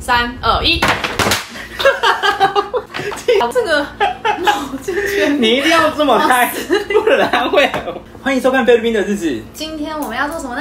3、2、1。这个脑筋圈， 你一定要这么开，不然会。欢迎收看菲律宾的日子。 今天我们要做什么呢？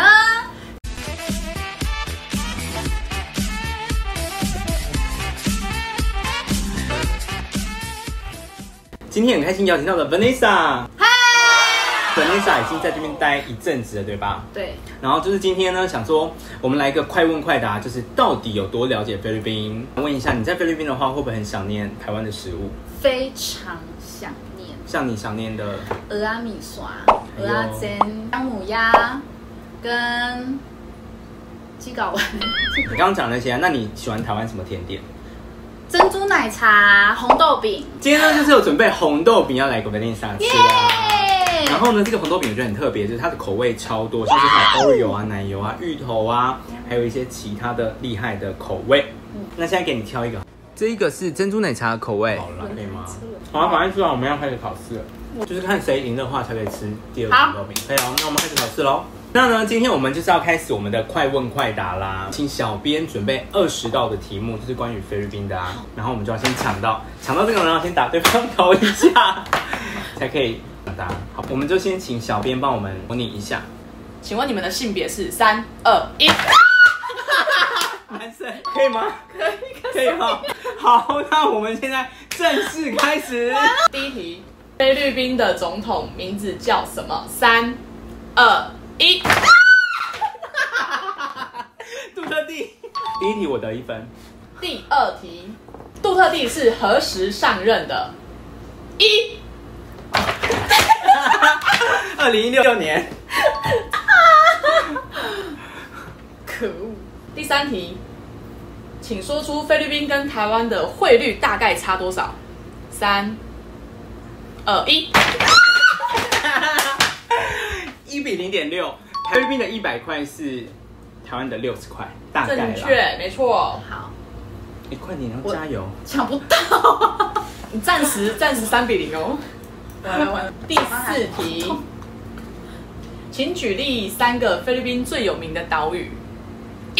今天很开心邀请到的 Vanessa。Vanessa 已经在这边待一阵子了，对吧？ 对。 然后就是今天呢，想说我们来一个快问快答，就是到底有多了解菲律宾？问一下，你在菲律宾的话，会不会很想念台湾的食物？ 非常想念。 像你想念的蚵仔米刷、蚵仔煎、姜母鸭跟鸡睾丸。 你刚刚讲那些啊，那你喜欢台湾什么甜点？ 珍珠奶茶、红豆饼。 今天呢，就是有准备红豆饼要来给 Vanessa 吃啦。然后呢，这个红豆饼我觉得很特别，就是它的口味超多，像是它有 Oreo 啊、奶油啊、芋头啊，还有一些其他的厉害的口味。那现在给你挑一个，这一个是珍珠奶茶的口味，好了，可以吗？好了，马上吃完，我们要开始考试了，就是看谁赢的话才可以吃第二个红豆饼。可以哦，那我们开始考试喽。那呢，今天我们就是要开始我们的快问快答啦，请小编准备20道的题目，就是关于菲律宾的啊。然后我们就要先抢到这个人要先打对方头一下，才可以答。好，我们就先请小编帮我们模拟一下。 请问你们的性别是3、2、1。 男生可以吗？可以哈。好，那我们现在正式开始。 第一题，菲律宾的总统名字叫什么？3、2、1。 杜特地。第一题我得1分。 第二题，杜特地是何时上任的 ？2016年。 可恶。第三题，请说出菲律宾跟台湾的汇率大概差多少？3、2、1。 1比0.6，菲律宾的100块是台湾的60块，大概啦。 正确，没错。好， 你快点，要加油。 抢不到，你暂时3比0哦。完了。第四题，请举例3个菲律宾最有名的岛屿。你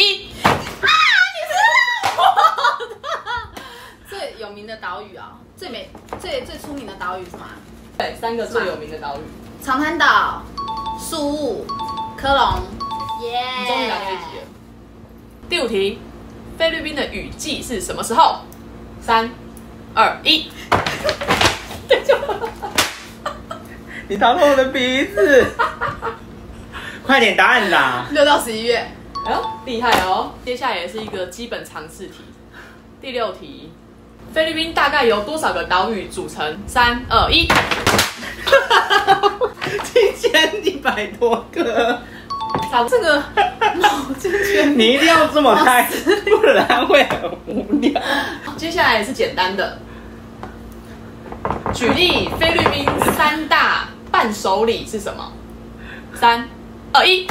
知道最有名的岛屿啊，最出名的岛屿是吗？对，3个最有名的岛屿：长滩岛、宿务、科隆。耶！你终于答对一题了。第5题，菲律宾的雨季是什么时候？3、2、1。 你打到我的鼻子。快点答案啦 ！6到11月。哎呦，厉害哦！接下来也是一个基本常识题。第6题，菲律宾大概由多少个岛屿组成？3、2、1。 7100多个。 这个脑筋圈， 你一定要这么开，不然会很无聊。 接下来也是简单的，举例菲律宾3大伴手礼是什么？3、2、1。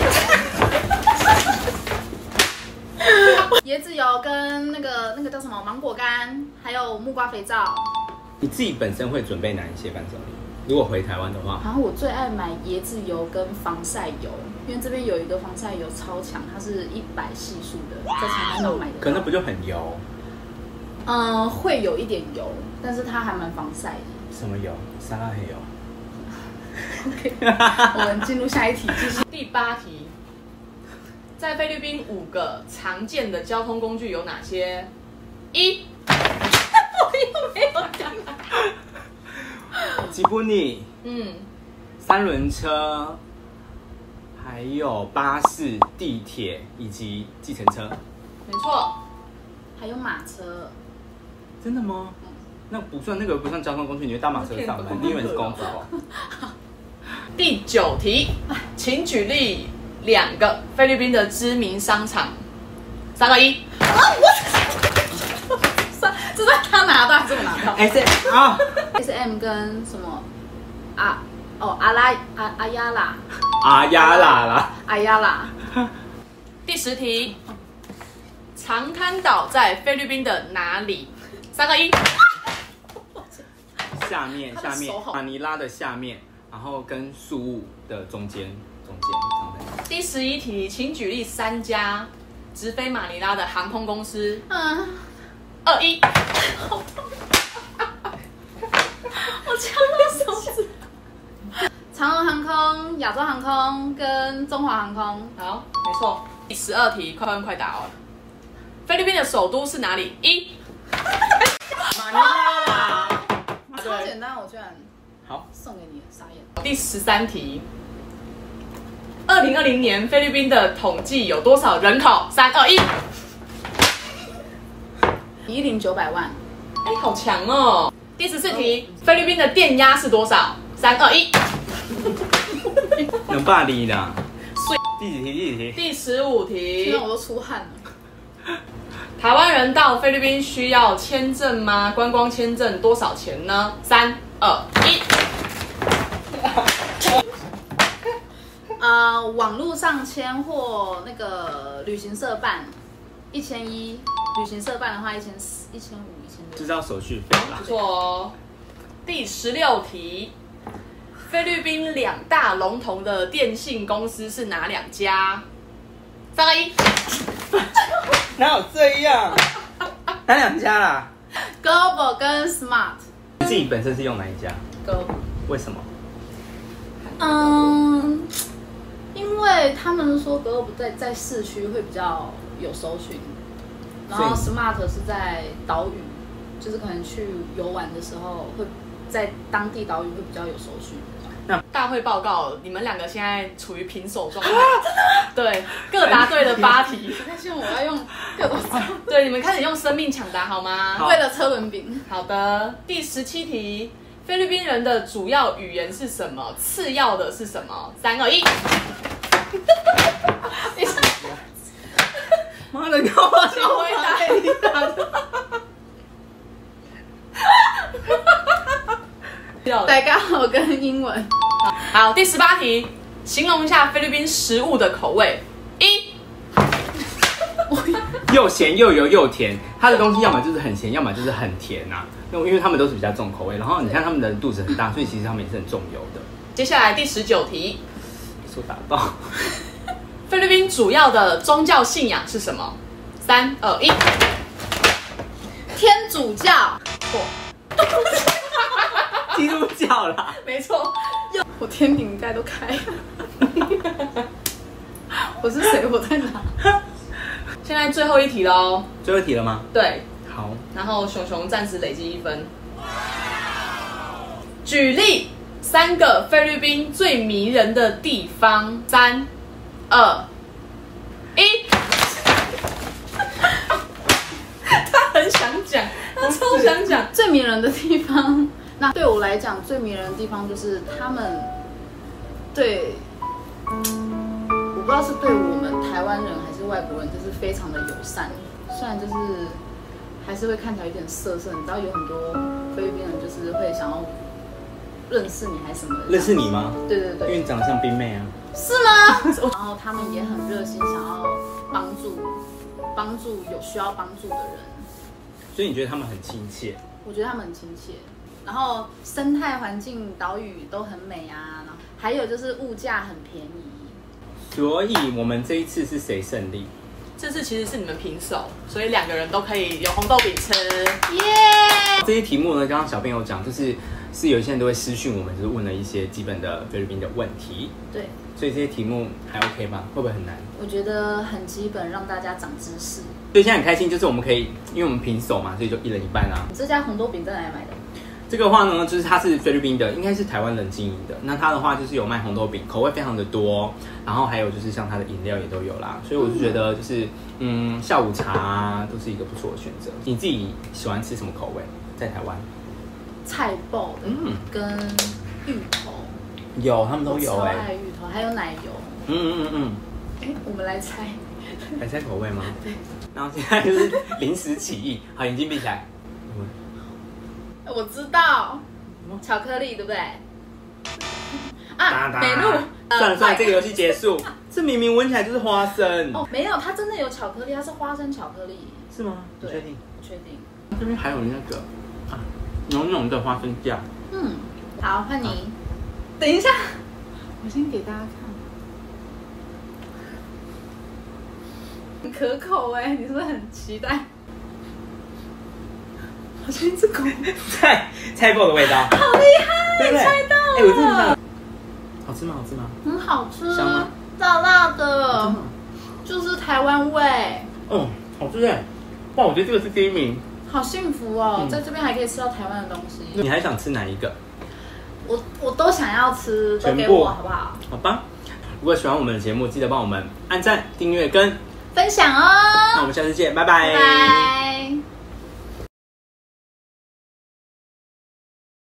椰子油跟那个叫什么芒果干，还有木瓜肥皂。 你自己本身会准备哪一些伴手礼？如果回台湾的话， 然后我最爱买椰子油跟防晒油，因为这边有一个防晒油超强，它是100系数的，在长滩岛买的。 可那不就很油？ 会有一点油，但是它还蛮防晒的。 什么油？沙拉黑油。 OK， 我们进入下一题，就是第8题。在菲律宾5个常见的交通工具有哪些？1，我又没有讲。 吉普尼，3轮车，还有巴士、地铁以及计程车。 没错，还有马车。 真的吗？那不算，那个不算交通工具，你会搭马车上班，你以为是公主哦。 第9题，请举例2个菲律宾的知名商场。3、2、1。这是他拿到还是我拿到？SM 跟什么阿亚拉。第10题，长滩岛在菲律宾的哪里？3、2、1。 下面马尼拉的下面，然后跟宿务的中间。第 11题，请举例3家直飞马尼拉的航空公司。 嗯 2、1。 我掐到手指。长荣航空、亚洲航空跟中华航空。 好，没错。第12题，快问快答哦。菲律宾的首都是哪里？1。 马尼拉啦。 超简单，我居然好送给你，傻眼。 第13题。2020年菲律宾的统计有多少人口？3、2、1。 10900万。 哎，好强哦！第14题，菲律宾的电压是多少？3、2、1。 能霸力啦。第几题？第几题？ 第15题。 现在我都出汗了。 台湾人到菲律宾需要签证吗？观光签证多少钱呢？3、2、1。 网络上签或那个旅行社办，1100，旅行社办的话1400、1500、1600。 知道手续费啦不。错哦。第16题，菲律宾2大龙头的电信公司是哪2家？3、2、1。 哪有这样？哪2家啦？ Global 跟 Smart。 你自己本身是用哪一家？ Global。 为什么？ 因为他们说 Global 在市区会比较有搜寻，然后 Smart 是在岛屿，就是可能去游玩的时候会在当地岛屿会比较有搜寻。 大会报告，你们2个现在处于平手状态。对，各答对了8题。 但是我要用各种对，你们开始用生命抢答好吗？ 为了车轮饼。 好的。第17题，菲律宾人的主要语言是什么？次要的是什么？3、2、1。 妈的，给我请回答。 大家好跟英文。 好，第18题，形容一下菲律宾食物的口味。1。 又咸又油又甜，它的东西要么就是很咸，要么就是很甜啊。因为他们都是比较重口味，然后你看他们的肚子很大，所以其实他们也是很重油的。 接下来第19题， 说打到。 菲律宾主要的宗教信仰是什么？3、2、1。 天主教。 错。 基督教啦。 没错。 我天顶盖都开了。我是谁？我在哪？ 现在最后一题喽。 最后一题了吗？ 对。 好。 然后熊熊暂时累积1分。举例3个菲律宾最迷人的地方。3、2、1。他很想讲，他超想讲最迷人的地方。那对我来讲，最迷人的地方就是他们对，我不知道是对我们台湾人还是外国人，就是非常的友善。虽然就是还是会看起来有点涩涩，你知道有很多菲律宾人就是会想要认识你还是什么的。 认识你吗？ 对对对。 因为你长得像冰妹啊。 是吗？然后他们也很热心，想要帮助有需要帮助的人。 所以你觉得他们很亲切？ 我觉得他们很亲切。然后生态环境、岛屿都很美啊，然后还有就是物价很便宜。 所以我们这一次是谁胜利？ 这次其实是你们平手，所以2个人都可以有红豆饼吃。 耶！ 这些题目呢，刚刚小编有讲，就是有一些人都会私讯我们，就是问了一些基本的菲律宾的问题。 对。 所以这些题目还 OK 吧？会不会很难？ 我觉得很基本，让大家长知识。 所以现在很开心，就是我们可以，因为我们平手嘛，所以就1人1半啊。 你这家红豆饼在哪里买的？ 这个话呢，就是它是菲律宾的，应该是台湾人经营的。那它的话就是有卖红豆饼，口味非常的多，然后还有就是像它的饮料也都有啦。所以我就觉得就是下午茶啊，都是一个不错的选择。你自己喜欢吃什么口味？在台湾？ 菜爆的，跟芋头。 有，他们都有超爱芋头，还有奶油。我们来猜。 来猜口味吗？ 对。 然后现在就是临时起意，好，眼睛闭起来。 我知道，巧克力对不对？啊，美露。 算了，这个游戏结束。这明明闻起来就是花生。 哦，没有，它真的有巧克力，它是花生巧克力。 是吗？ 对， 确定？ 确定。 这边还有那个浓浓的花生酱。 好，换你。等一下，我先给大家看。 很可口哎，你是不是很期待？好像一只狗。 菜爆的味道， 好厉害， 对不对？ 猜到了。 哎，我真的想，好吃吗？好吃吗？ 很好吃， 香吗？ 辣辣的， 真的就是台湾味。 哦，好吃哎！哇，我觉得这个是第一名。 好幸福哦，在这边还可以吃到台湾的东西。 你还想吃哪一个？ 我都想要吃，都给我好不好？ 好吧。如果喜欢我们的节目，记得帮我们按赞、订阅跟分享哦。 那我们下次见，拜拜。 拜拜。